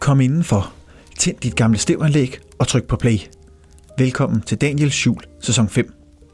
Kom indenfor, tænd dit gamle stævanlæg og tryk på play. Velkommen til Daniels Jul, sæson 5.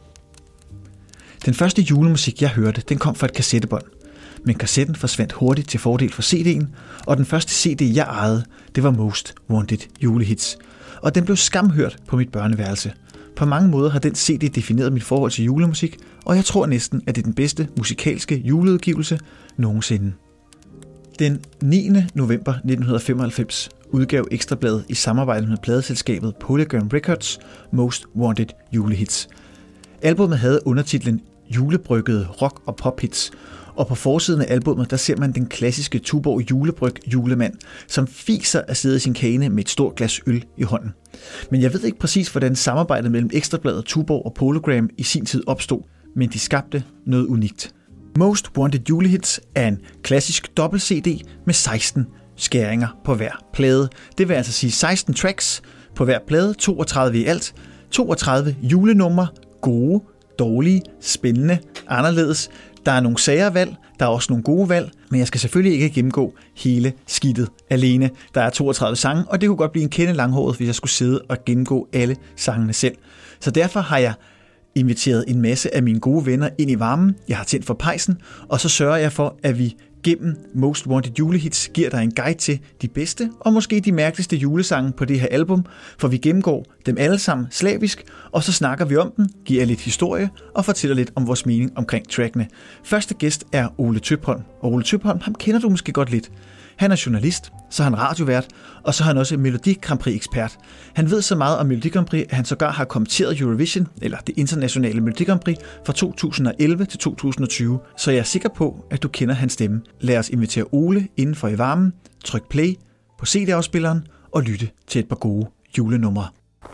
Den første julemusik, jeg hørte, den kom fra et kassettebånd. Men kassetten forsvandt hurtigt til fordel for CD'en, og den første CD, jeg ejede, det var Most Wanted Julehits. Og den blev skamhørt på mit børneværelse. På mange måder har den CD defineret mit forhold til julemusik, og jeg tror næsten, at det er den bedste musikalske juleudgivelse nogensinde. Den 9. november 1995 udgav Ekstra Bladet i samarbejde med pladeselskabet Polygram Records Most Wanted Julehits. Albummet havde undertitlen Julebryggede rock- og pophits, og på forsiden af albummet der ser man den klassiske Tuborg julebryg julemand, som fiser af sidde i sin kane med et stort glas øl i hånden. Men jeg ved ikke præcis, hvordan samarbejdet mellem Ekstra Bladet, Tuborg og Polygram i sin tid opstod, men de skabte noget unikt. Most Wanted Julehits er en klassisk dobbelt-CD med 16 skæringer på hver plade. Det vil altså sige 16 tracks på hver plade, 32 i alt, 32 julenumre, gode, dårlige, spændende, anderledes. Der er nogle sære valg, der er også nogle gode valg, men jeg skal selvfølgelig ikke gennemgå hele skidtet alene. Der er 32 sange, og det kunne godt blive en kende langhåret, hvis jeg skulle sidde og gennemgå alle sangene selv. Så derfor har jeg inviteret en masse af mine gode venner ind i varmen. Jeg har tændt for pejsen, og så sørger jeg for, at vi gennem Most Wanted Julehits giver dig en guide til de bedste og måske de mærkeligste julesange på det her album, for vi gennemgår dem alle sammen slavisk, og så snakker vi om dem, giver lidt historie og fortæller lidt om vores mening omkring trackene. Første gæst er Ole Tøpholm, og Ole Tøpholm, ham kender du måske godt lidt. Han er journalist, så er han radiovært, og så er han også Melodi Grand Prix ekspert. Han ved så meget om Melodi Grand Prix, at han sågar har kommenteret Eurovision, eller det internationale Melodi Grand Prix, fra 2011 til 2020. Så jeg er sikker på, at du kender hans stemme. Lad os invitere Ole indenfor i varmen, tryk play på CD-afspilleren og lytte til et par gode julenumre.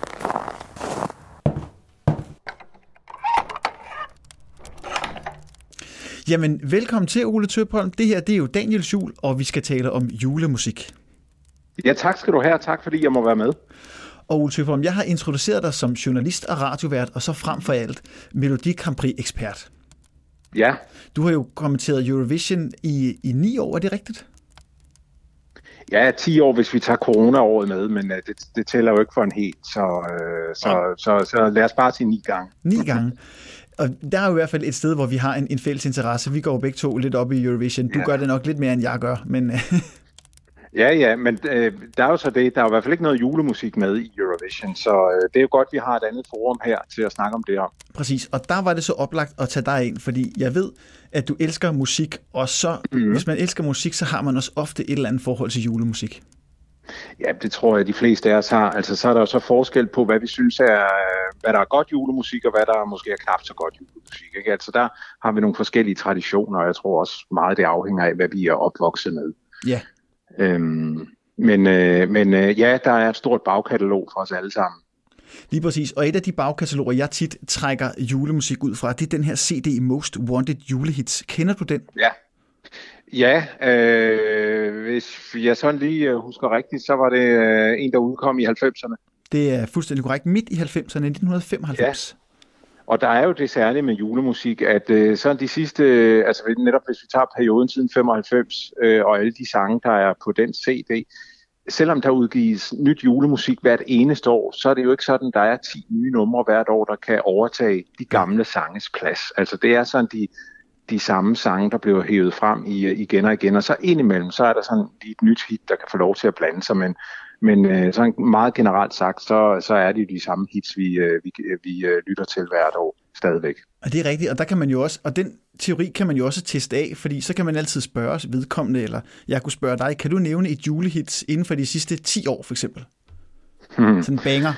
Jamen, velkommen til, Ole Tøpholm. Det her, det er jo Daniels Jul, og vi skal tale om julemusik. Ja, tak skal du have, tak fordi jeg må være med. Og Ole Tøpholm, jeg har introduceret dig som journalist og radiovært, og så frem for alt Melodi Grand Prix ekspert. Ja. Du har jo kommenteret Eurovision i 9 år, er det rigtigt? Ja, 10 år, hvis vi tager corona-året med, men det tæller jo ikke for en helt, så lad os bare sige 9 gange. 9 gange. Og der er jo i hvert fald et sted, hvor vi har en fælles interesse. Vi går jo begge to lidt op i Eurovision. Du gør det nok lidt mere, end jeg gør, men... Ja, men der er jo så det. Der er jo i hvert fald ikke noget julemusik med i Eurovision, så det er jo godt, vi har et andet forum her til at snakke om det om. Præcis, og der var det så oplagt at tage dig ind, fordi jeg ved, at du elsker musik, og så, hvis man elsker musik, så har man også ofte et eller andet forhold til julemusik. Ja, det tror jeg, de fleste af os har. Altså, så er der jo så forskel på, hvad vi synes er, hvad der er godt julemusik, og hvad der måske er knap så godt julemusik. Ikke? Altså, der har vi nogle forskellige traditioner, og jeg tror også meget, det afhænger af, hvad vi er opvokset med. Ja. Men ja, der er et stort bagkatalog for os alle sammen. Lige præcis, og et af de bagkataloger, jeg tit trækker julemusik ud fra, det er den her CD Most Wanted Julehits. Kender du den? Ja, hvis jeg sådan lige husker rigtigt, så var det en, der udkom i 90'erne. Det er fuldstændig korrekt. Midt i 90'erne, 1995. Ja. Og der er jo det særlige med julemusik, at sådan de sidste, altså netop hvis vi tager perioden siden 95, og alle de sange, der er på den CD, selvom der udgives nyt julemusik hvert eneste år, så er det jo ikke sådan, der er 10 nye numre hvert år, der kan overtage de gamle sanges plads. Altså det er sådan de samme sange, der bliver hævet frem igen og igen, og så indimellem, så er der sådan lige et nyt hit, der kan få lov til at blande sig, men sådan meget generelt sagt, så er det de samme hits, vi lytter til hvert år stadigvæk. Og det er rigtigt, og der kan man jo også, og den teori kan man jo også teste af, fordi så kan man altid spørge vedkommende, eller jeg kunne spørge dig, kan du nævne et julehit inden for de sidste 10 år for eksempel? Sådan en banger.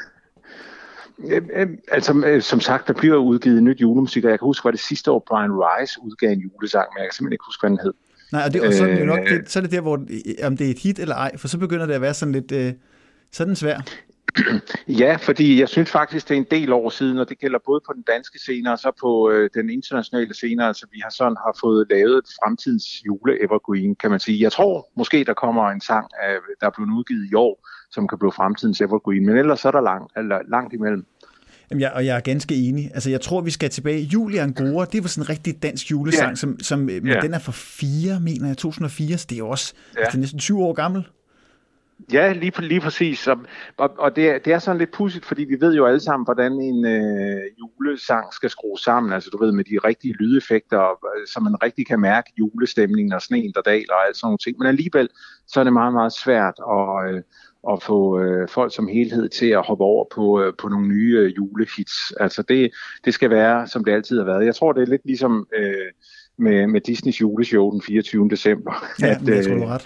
Altså, som sagt, der bliver udgivet nyt julemusik, og jeg kan huske, hvad det sidste år Brian Rice udgav en julesang, men jeg kan simpelthen ikke huske, hvad den hed. Nej, og, og så er det jo nok så er det der, hvor om det er et hit eller ej, for så begynder det at være sådan lidt sådan svær. Ja, fordi jeg synes faktisk, det er en del år siden, og det gælder både på den danske scene og så på den internationale scene. Altså vi har fået lavet fremtidens jule-evergreen, kan man sige. Jeg tror måske, der kommer en sang, der er blevet udgivet i år, som kan blive fremtidens evergreen, men ellers så er der langt imellem. Jamen, jeg er ganske enig. Altså, jeg tror, vi skal tilbage. Julie Angora, det var sådan en rigtig dansk julesang, men den er fra 2004, så det er jo også det er næsten 20 år gammel. Ja, lige præcis. Og det er sådan lidt pudsigt, fordi vi ved jo alle sammen, hvordan en julesang skal skrues sammen. Altså du ved, med de rigtige lydeffekter, så man rigtig kan mærke julestemningen og sneen, der daler og alt sådan nogle ting. Men alligevel, så er det meget, meget svært at få folk som helhed til at hoppe over på nogle nye julehits. Altså det skal være, som det altid har været. Jeg tror, det er lidt ligesom med Disneys juleshow den 24. december, ja, jeg tror, du er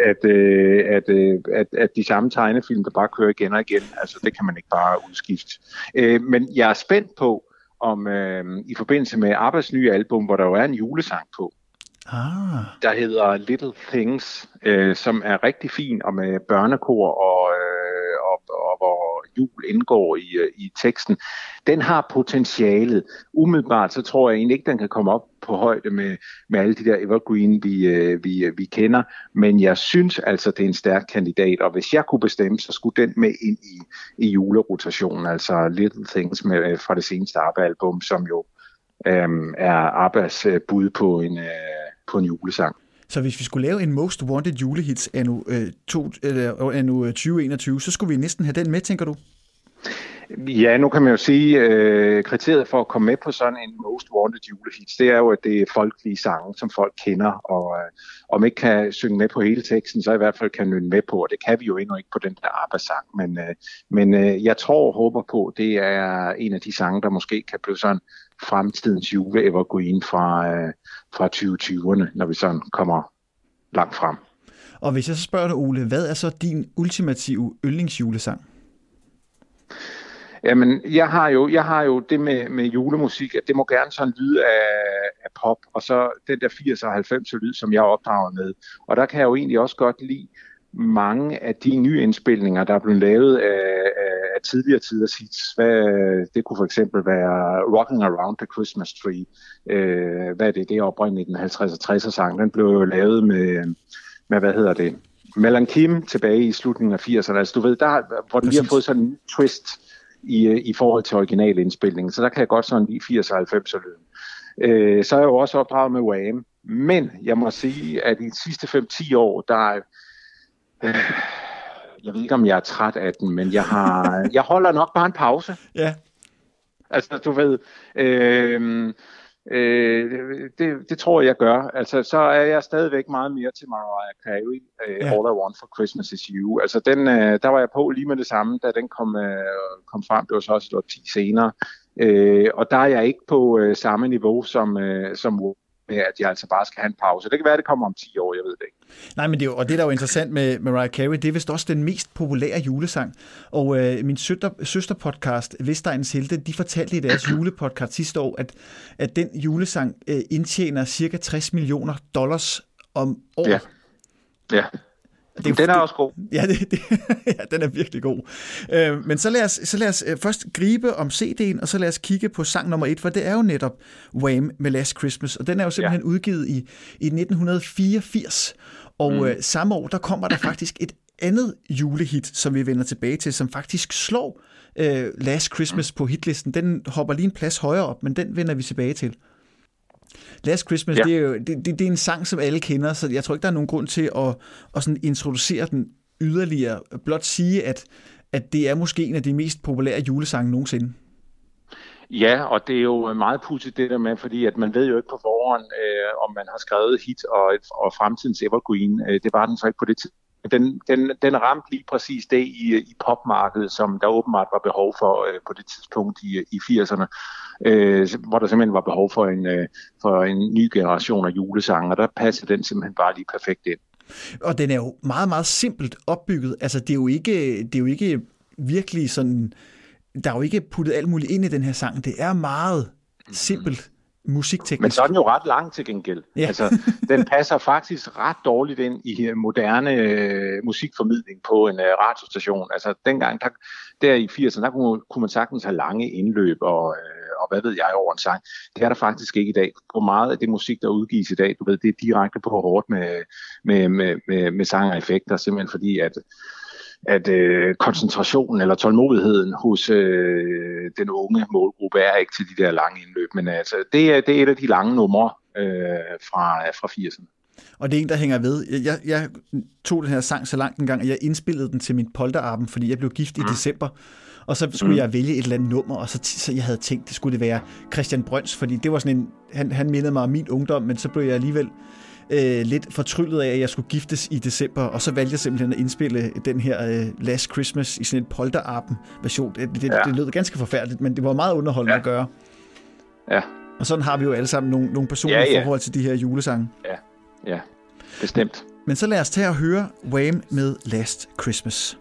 ret. at de samme tegnefilm, der bare kører igen og igen, altså det kan man ikke bare udskifte. Men jeg er spændt på, om i forbindelse med Abbas nye album, hvor der jo er en julesang på, der hedder Little Things, som er rigtig fin, og med børnekor og hvor jul indgår i teksten. Den har potentialet. Umiddelbart så tror jeg egentlig ikke, den kan komme op på højde med alle de der evergreen, vi kender, men jeg synes altså, det er en stærk kandidat, og hvis jeg kunne bestemme, så skulle den med ind i julerotationen, altså Little Things fra det seneste ABBA-album, som jo er Abbas bud på en julesang. Så hvis vi skulle lave en Most Wanted julehits anno 2021, så skulle vi næsten have den med, tænker du? Ja, nu kan man jo sige, kriteriet for at komme med på sådan en Most Wanted julehits, det er jo, at det er folkelige sange, som folk kender, og om ikke kan synge med på hele teksten, så i hvert fald kan nynne med på, og det kan vi jo endnu ikke på den der ABBA-sang, men jeg tror og håber på, det er en af de sange, der måske kan blive sådan fremtidens jule-evergreen fra 2020'erne, når vi sådan kommer langt frem. Og hvis jeg så spørger dig, Ole, hvad er så din ultimative yndlingsjulesang? Jamen, jeg har jo det med julemusik, at det må gerne sådan lyde af pop, og så den der 80'er og 90'er lyd, som jeg er opdraget med. Og der kan jeg jo egentlig også godt lide mange af de nye indspilninger, der er blevet lavet af tidligere tiders hits. Det kunne for eksempel være Rocking Around the Christmas Tree. Det er oprindeligt en 50'er og 60'er sang. Den blev jo lavet med Melon Kim tilbage i slutningen af 80'erne. Altså du ved, hvor den lige har fået sådan en twist i forhold til original indspilningen. Så der kan jeg godt sådan lide 80'er og 90'er lyden. Så er jeg jo også opdraget med Wham. Men jeg må sige, at i de sidste 5-10 år, jeg ved ikke, om jeg er træt af den, men jeg holder nok bare en pause. Ja. Altså, du ved, det tror jeg gør. Altså, så er jeg stadigvæk meget mere til Mariah Carey, All I Want for Christmas Is You. Altså, der var jeg på lige med det samme, da den kom frem. Det var så også 10 senere. Og der er jeg ikke på samme niveau som at jeg altså bare skal have en pause. Det kan være, det kommer om 10 år, jeg ved det ikke. Nej, men det der er jo interessant med Mariah Carey, det er vist også den mest populære julesang. Og min søsterpodcast, Vestegnens Helte, de fortalte i deres julepodcast sidste år, at den julesang indtjener cirka $60 million om året. Ja. Den er også god. Ja, ja, den er virkelig god. Men så lad os først gribe om CD'en, og så lad os kigge på sang nummer 1, for det er jo netop Wham! Med Last Christmas, og den er jo simpelthen udgivet i 1984. Og samme år, der kommer der faktisk et andet julehit, som vi vender tilbage til, som faktisk slår Last Christmas på hitlisten. Den hopper lige en plads højere op, men den vender vi tilbage til. Last Christmas, det er jo det er en sang, som alle kender, så jeg tror ikke, der er nogen grund til at sådan introducere den yderligere. Blot sige, at det er måske en af de mest populære julesange nogensinde. Ja, og det er jo meget pudsigt det der med, fordi at man ved jo ikke på forhånd, om man har skrevet hit og fremtidens evergreen. Det var den så ikke på det tidspunkt. Den ramte lige præcis det i popmarkedet, som der åbenbart var behov for på det tidspunkt i 80'erne, hvor der simpelthen var behov for en ny generation af julesange, og der passede den simpelthen bare lige perfekt ind. Og den er jo meget, meget simpelt opbygget. Altså, det er jo ikke virkelig sådan, der er jo ikke puttet alt muligt ind i den her sang. Det er meget simpelt musikteknisk. Men så er den jo ret lang til gengæld. Ja. Altså, den passer faktisk ret dårligt ind i moderne musikformidling på en radiostation. Altså dengang, der i 80'erne, der kunne man sagtens have lange indløb og hvad ved jeg over en sang. Det er der faktisk ikke i dag. På meget af det musik, der udgives i dag, du ved, det er direkte på hårdt med sang og effekter, simpelthen fordi at koncentrationen eller tålmodigheden hos den unge målgruppe er ikke til de der lange indløb, men altså det er et af de lange numre fra 80'erne. Og det er en, der hænger ved. Jeg tog den her sang så langt en gang, at jeg indspillede den til min polterabend, fordi jeg blev gift i december. Og så skulle jeg vælge et eller andet nummer, og så jeg havde tænkt, det skulle være Christian Brøns, fordi det var sådan han mindede mig om min ungdom, men så blev jeg alligevel lidt fortryllet af, at jeg skulle giftes i december, og så valgte jeg simpelthen at indspille den her Last Christmas i sådan en polterabend-version. Det lød ganske forfærdeligt, men det var meget underholdende at gøre. Ja. Og sådan har vi jo alle sammen nogle personlige forhold til de her julesange. Ja, bestemt. Men så lad os tage og høre Wham med Last Christmas.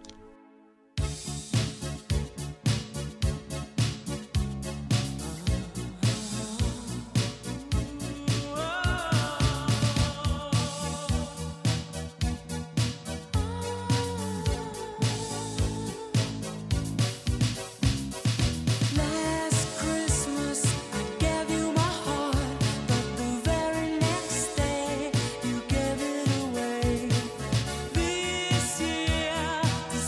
This year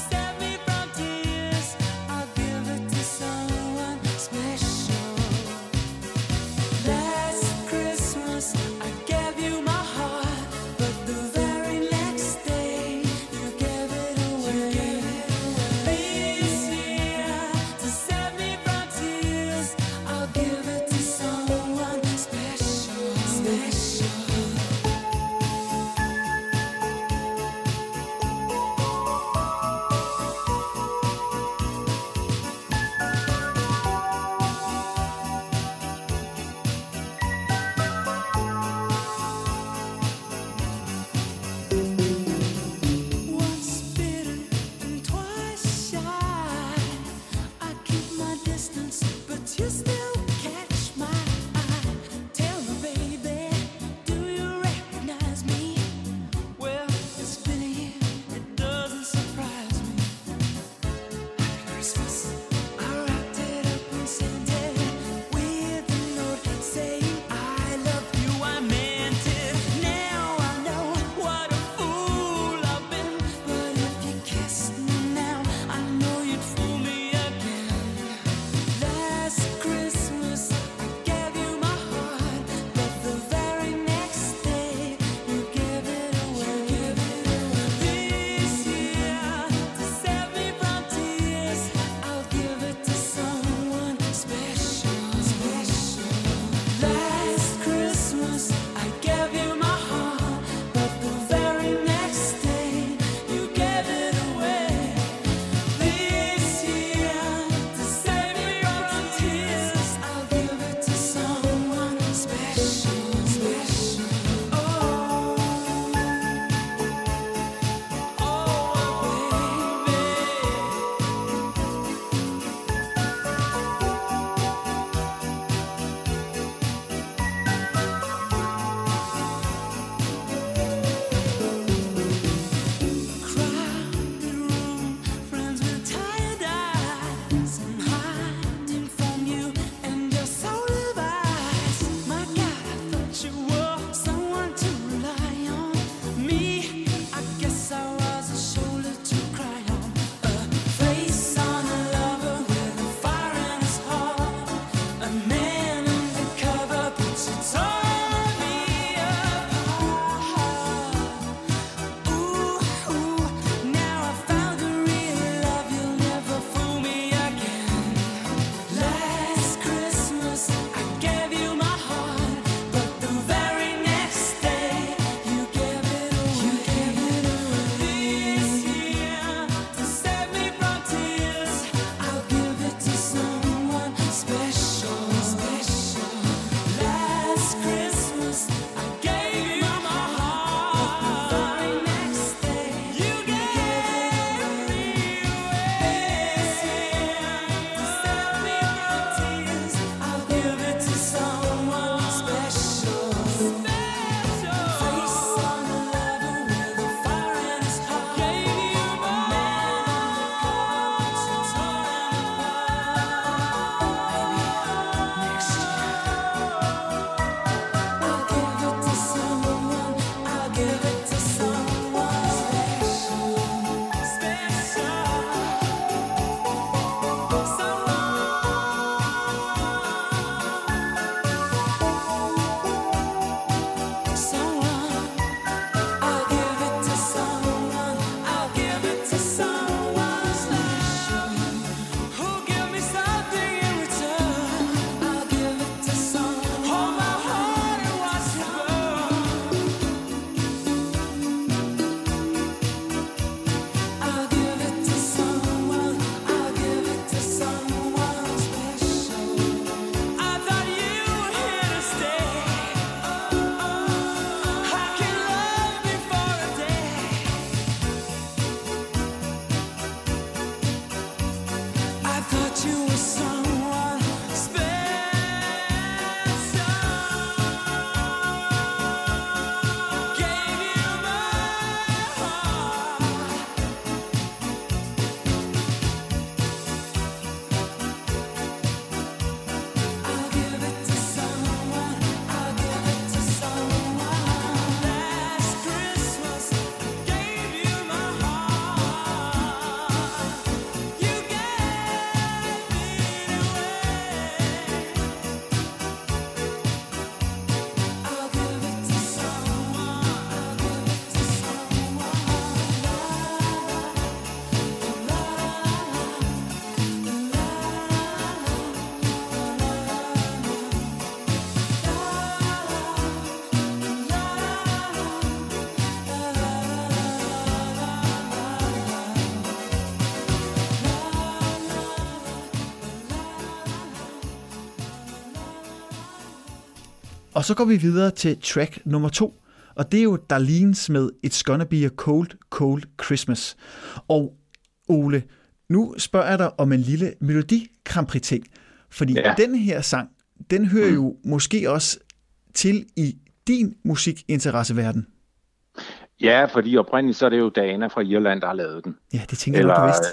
Og så går vi videre til track nummer 2, og det er jo Darlene's med It's Gonna Be a Cold, Cold Christmas. Og Ole, nu spørger jeg dig om en lille Melodi Grand Prix-ting, fordi den her sang, den hører jo måske også til i din musikinteresseverden. Ja, fordi oprindeligt så er det jo Dana fra Irland, der har lavet den. Ja, det tænker jeg, du vidste.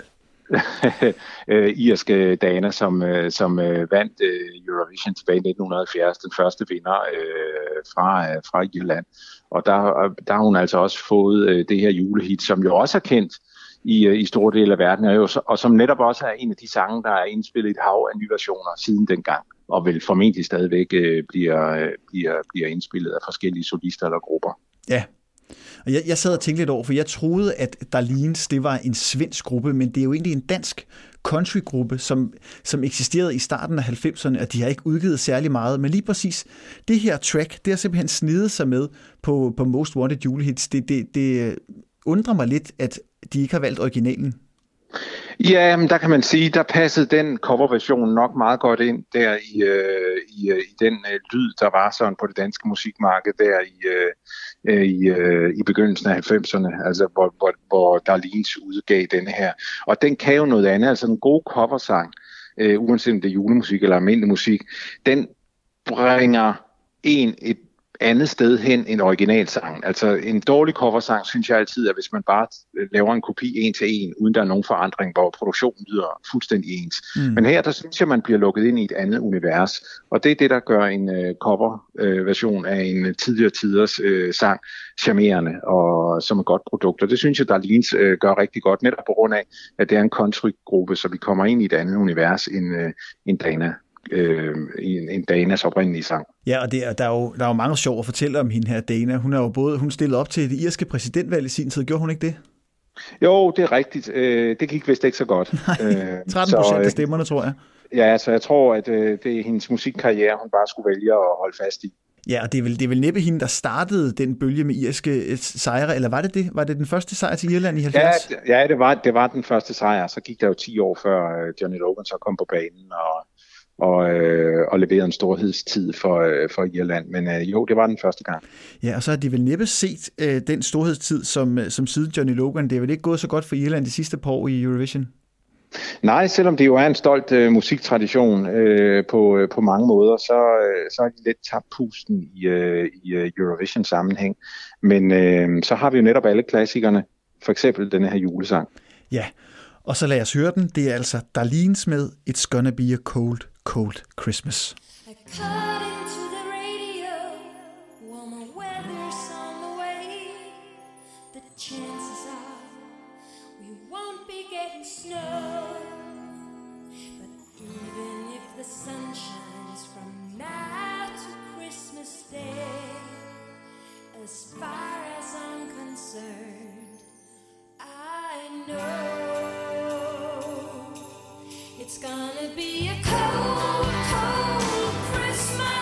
Irske Dana, som vandt Eurovision tilbage i 1970, den første vinder fra Irland. Og der har hun altså også fået det her julehit, som jo også er kendt i store dele af verden, og som netop også er en af de sange, der er indspillet i et hav af nye versioner siden dengang, og vil formentlig stadigvæk bliver indspillet af forskellige solister eller grupper. Ja, og jeg sad og tænkte lidt over, for jeg troede, at Darlene's, det var en svensk gruppe, men det er jo egentlig en dansk countrygruppe, som eksisterede i starten af 90'erne, og de har ikke udgivet særlig meget. Men lige præcis det her track, det har simpelthen snedet sig med på Most Wanted julehits. Det undrer mig lidt, at de ikke har valgt originalen. Ja, men der kan man sige, der passede den coverversion nok meget godt ind der i den lyd, der var sådan på det danske musikmarked der i begyndelsen af 90'erne, altså hvor Darlene's udgav denne her. Og den kan jo noget andet, altså en god coversang, uanset om det er julemusik eller almindelig musik, den bringer et andet sted hen end originalsangen. Altså en dårlig coversang, synes jeg altid, at hvis man bare laver en kopi en til en, uden der er nogen forandring, hvor produktionen lyder fuldstændig ens. Men her, der synes jeg, man bliver lukket ind i et andet univers, og det er det, der gør en coverversion af en tidligere tiders sang charmerende og som et godt produkt. Og det synes jeg, Darlene's gør rigtig godt, netop på grund af, at det er en countrygruppe, så vi kommer ind i et andet univers end Dana. En Danas oprindelige sang. Ja, og der er jo mange sjov at fortælle om hende her, Dana. Hun stillede op til det irske præsidentvalg i sin tid. Gjorde hun ikke det? Jo, det er rigtigt. Det gik vist ikke så godt. 13% af stemmerne, tror jeg. Ja, så jeg tror, at det er hendes musikkarriere, hun bare skulle vælge at holde fast i. Ja, og det er vel næppe hende, der startede den bølge med irske sejre, eller var det det? Var det den første sejr til Irland i 70? Ja, det var den første sejr. Så gik der jo 10 år før Johnny Logan så kom på banen og leverede en storhedstid for Irland. Men jo, det var den første gang. Ja, og så har de vel næppe set den storhedstid som siden Johnny Logan. Det er vel ikke gået så godt for Irland de sidste par år i Eurovision? Nej, selvom det jo er en stolt musiktradition på mange måder, så har de lidt tabt pusten i Eurovision-sammenhæng. Men så har vi jo netop alle klassikerne, for eksempel denne her julesang. Ja, og så lad os høre den. Det er altså Darlene's med It's Gonna Be a Cold, Cold Christmas. As far as I'm concerned, I know it's gonna be a cold, cold Christmas.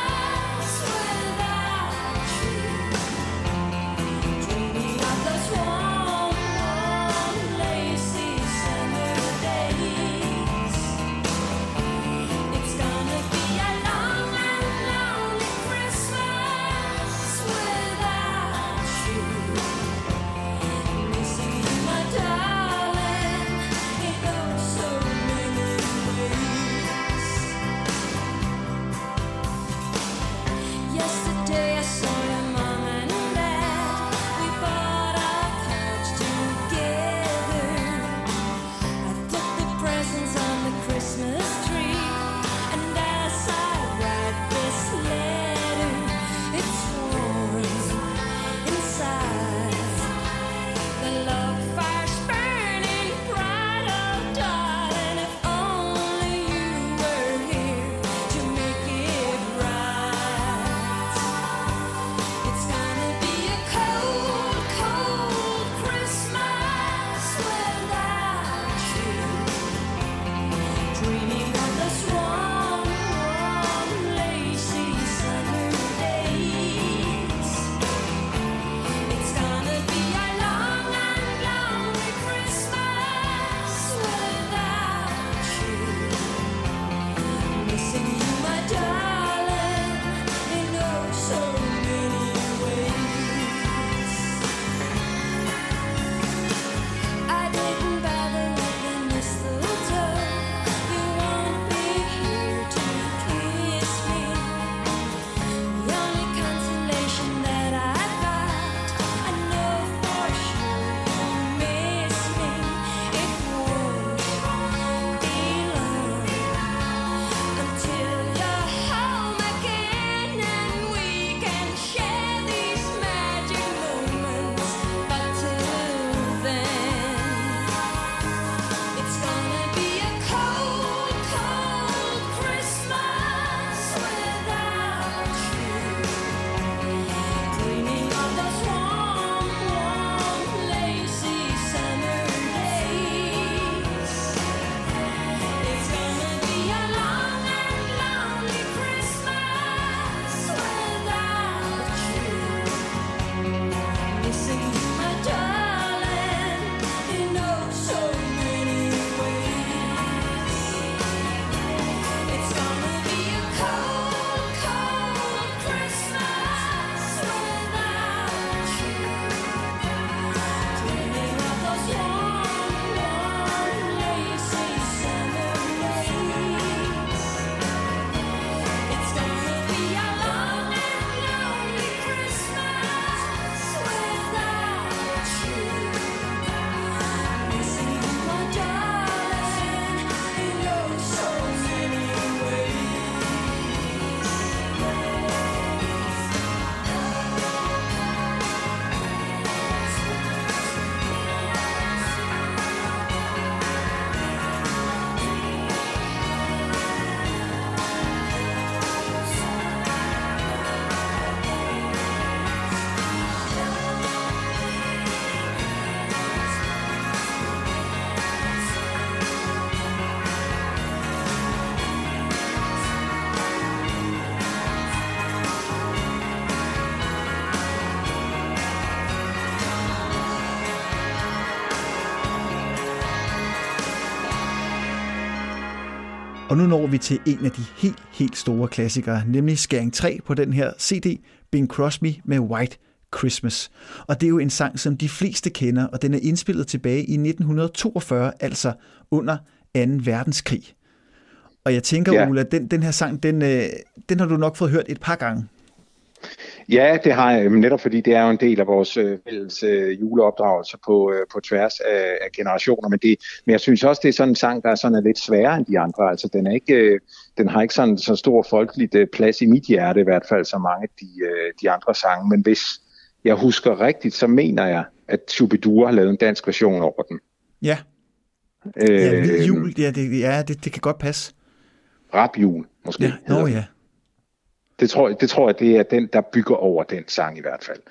Og nu når vi til en af de helt store klassikere, nemlig skæring 3 på den her CD, Bing Crosby med White Christmas. Og det er jo en sang, som de fleste kender, og den er indspillet tilbage i 1942, altså under 2. verdenskrig. Og jeg tænker, Ole, at den her sang, den har du nok fået hørt et par gange. Ja, det har jeg, netop fordi det er jo en del af vores fælles juleopdragelse på tværs af generationer. Men jeg synes også, det er sådan en sang, der er sådan lidt sværere end de andre. Altså, den har ikke sådan så stor folkeligt plads i mit hjerte, i hvert fald så mange af de andre sange. Men hvis jeg husker rigtigt, så mener jeg, at Shu-bi-dua har lavet en dansk version over den. Ja. Hvid jul, det kan godt passe. Rap-jul, måske. Ja, ja. Det tror jeg, det er den, der bygger over den sang i hvert fald.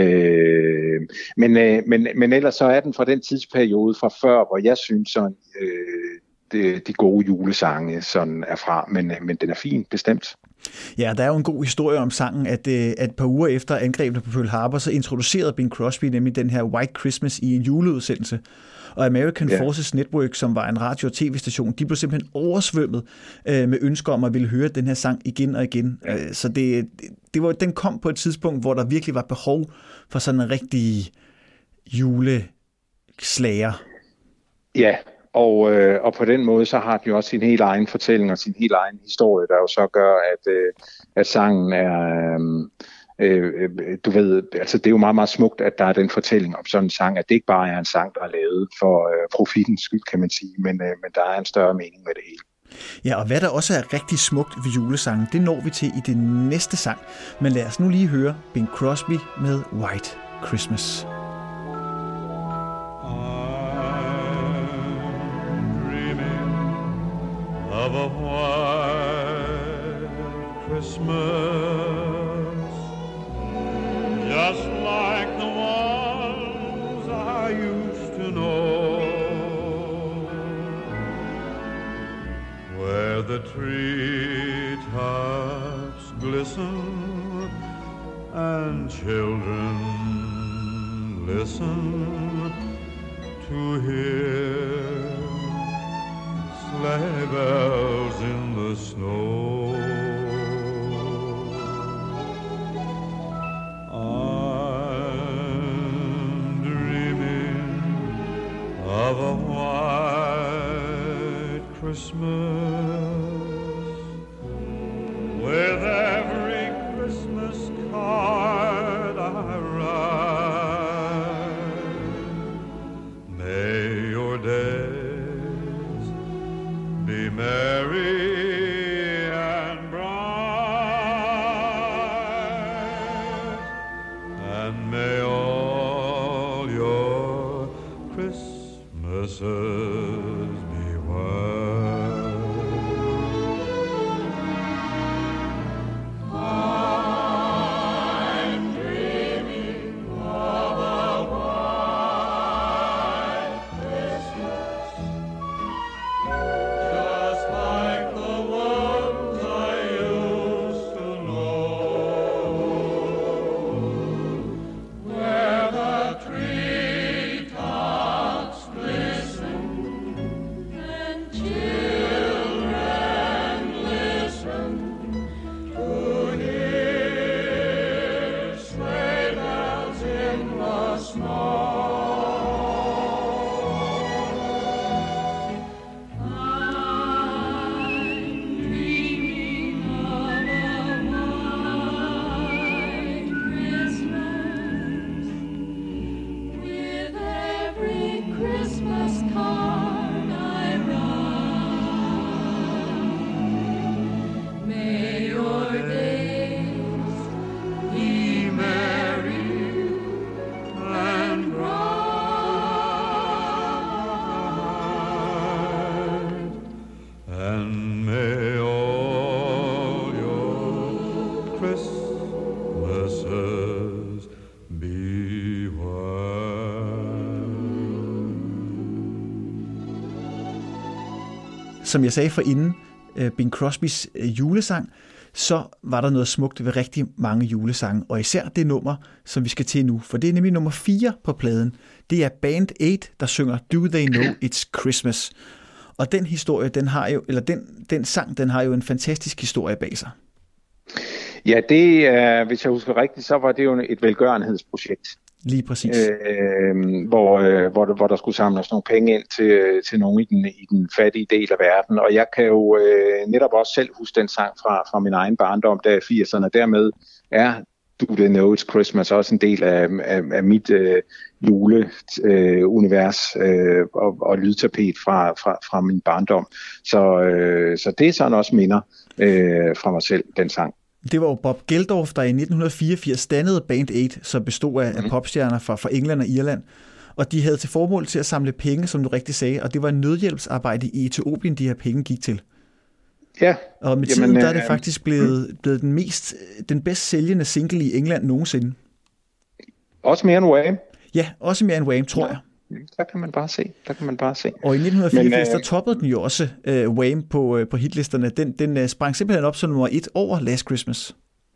Men ellers så er den fra den tidsperiode fra før, hvor jeg synes sådan, de gode julesange sådan er fra, men den er fin, bestemt. Ja, der er jo en god historie om sangen, at et par uger efter angrebene på Pearl Harbor, så introducerede Bing Crosby nemlig den her White Christmas i en juleudsendelse. Og American Forces Network, som var en radio- og tv-station, de blev simpelthen oversvømmet med ønsker om at ville høre den her sang igen og igen. Så den kom på et tidspunkt, hvor der virkelig var behov for sådan en rigtig juleslager. Ja, og på den måde, så har den jo også sin helt egen fortælling og sin helt egen historie, der jo så gør, at sangen er... du ved, altså det er jo meget, meget smukt, at der er den fortælling om sådan en sang, at det ikke bare er en sang, der er lavet for profitens skyld, kan man sige, men der er en større mening med det hele. Ja, og hvad der også er rigtig smukt ved julesangen, det når vi til i det næste sang. Men lad os nu lige høre Bing Crosby med White Christmas. Of a white Christmas, just like the ones I used to know, where the treetops glisten and children listen to hear sleigh bells in the snow. I'm dreaming of a white Christmas, with every Christmas card I write. May your days be merry and bright, and may all your Christmases be white. I'm dreaming of a white Christmas, just like the ones I used to know, where the treetops glisten and children listen to hear sleigh bells in the snow. With every Christmas card I write, may your days be merry and bright, and may all your Christmases be white. Som jeg sagde forinden, Bing Crosbys julesang, så var der noget smukt ved rigtig mange julesange, og især det nummer, som vi skal til nu, for det er nemlig nummer 4 på pladen. Det er Band 8, der synger Do They Know It's Christmas. Og den historie, den sang, den har jo en fantastisk historie bag sig. Ja, det er, hvis jeg husker rigtigt, så var det jo et velgørenhedsprojekt. Lige præcis. Hvor der skulle samles nogle penge ind til nogen i den fattige del af verden. Og jeg kan jo netop også selv huske den sang fra min egen barndom, der i 80'erne. Dermed er Do They Know It's Christmas også en del af mit juleunivers og lydtapet fra min barndom. Så det er sådan også minder fra mig selv, den sang. Det var jo Bob Geldof, der i 1984 dannede Band Aid, som bestod af popstjerner fra England og Irland. Og de havde til formål til at samle penge, som du rigtig sagde, og det var en nødhjælpsarbejde i Etiopien, de her penge gik til. Ja. Og med tiden der er det faktisk blevet den bedst sælgende single i England nogensinde. Også mere end Wham? Ja, også mere end Wham, tror jeg. Der kan man bare se. Og i 1984, der toppede den jo også Wham på hitlisterne. Den sprang simpelthen op som nummer 1 over Last Christmas.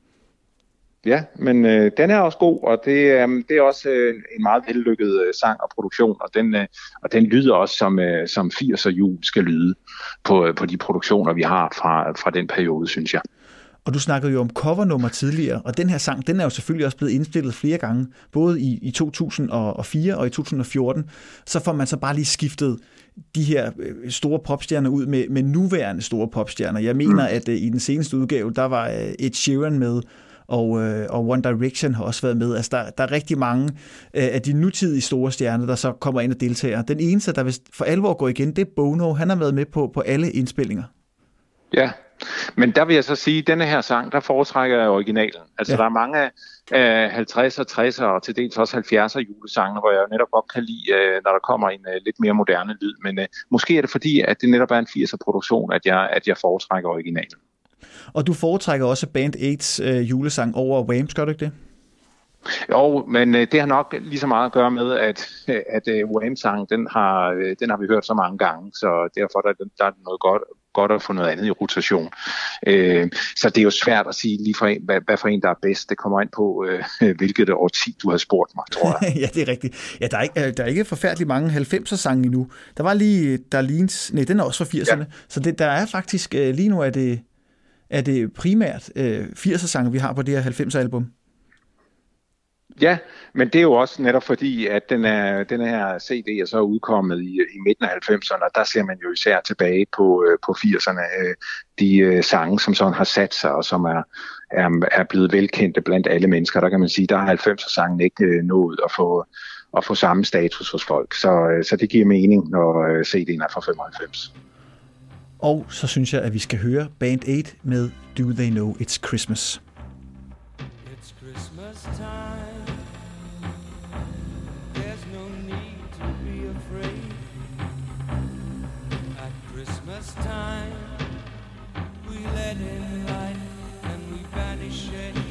Ja, men den er også god, og det er også en meget vellykket sang og produktion, og den lyder også som 80'er jul skal lyde på de produktioner, vi har fra den periode, synes jeg. Og du snakkede jo om covernummer tidligere, og den her sang, den er jo selvfølgelig også blevet indspillet flere gange, både i 2004 og i 2014. Så får man så bare lige skiftet de her store popstjerner ud med nuværende store popstjerner. Jeg mener, at i den seneste udgave, der var Ed Sheeran med, og One Direction har også været med. Altså, der er rigtig mange af de nutidige store stjerner, der så kommer ind og deltager. Den eneste, der vist for alvor går igen, det er Bono. Han har været med på alle indspillinger. Ja, men der vil jeg så sige, at denne her sang, der foretrækker jeg originalen. Altså, der er mange 50'er, 60'er og til dels også 70'er julesange, hvor jeg netop godt kan lide, når der kommer en lidt mere moderne lyd. Men måske er det fordi, at det netop er en 80'er produktion, at jeg foretrækker originalen. Og du foretrækker også Band Aids julesang over Wham, gør du ikke det? Jo, men det har nok lige så meget at gøre med, at Wham-sangen, den har vi hørt så mange gange, så derfor der er noget godt at få noget andet i rotation. Så det er jo svært at sige lige hvad for en, der er bedst. Det kommer ind på, hvilket årti du har spurgt mig, tror jeg. Ja, det er rigtigt. Ja, der er ikke forfærdeligt mange 90'er-sange endnu. Der var lige Darlene's, nej, den er også fra 80'erne. Ja. Så der er faktisk, lige nu er det primært 80'er-sange, vi har på det her 90'er-album. Ja, men det er jo også netop fordi, at den her CD er så udkommet i midten af 90'erne, og der ser man jo især tilbage på 80'erne, de sange, som sådan har sat sig, og som er blevet velkendte blandt alle mennesker. Der kan man sige, der har 90'er-sangen ikke nået at få samme status hos folk. Så det giver mening, når CD'en er fra 95. Og så synes jeg, at vi skal høre Band Aid med Do They Know It's Christmas. It's Christmas time. There's no need to be afraid. At Christmas time, we let in light and we banish shade.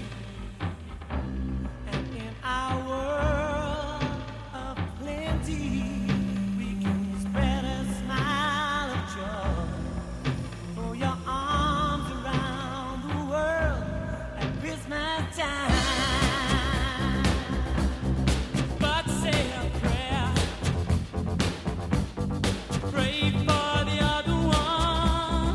And in our world of plenty, we can spread a smile of joy. Throw your arms around the world at Christmas time. Pray for the other one.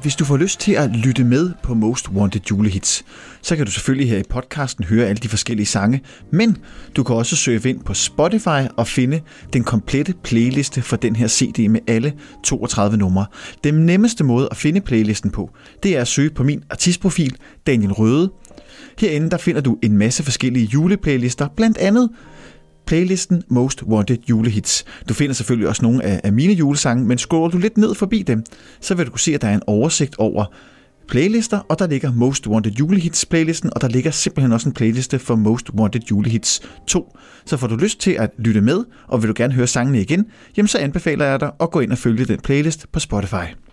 hvis du får lyst til at lytte med på Most Wanted julehits, så kan du selvfølgelig her i podcasten høre alle de forskellige sange, men du kan også søge ind på Spotify og finde den komplette playliste for den her CD med alle 32 numre. Den nemmeste måde at finde playlisten på, det er at søge på min artistprofil, Daniel Røde. Herinde der finder du en masse forskellige juleplaylister, blandt andet playlisten Most Wanted julehits. Du finder selvfølgelig også nogle af mine julesange, men scroller du lidt ned forbi dem, så vil du kunne se, at der er en oversigt over playlister, og der ligger Most Wanted julehits playlisten, og der ligger simpelthen også en playliste for Most Wanted julehits 2. Så får du lyst til at lytte med, og vil du gerne høre sangene igen, jamen så anbefaler jeg dig at gå ind og følge den playlist på Spotify.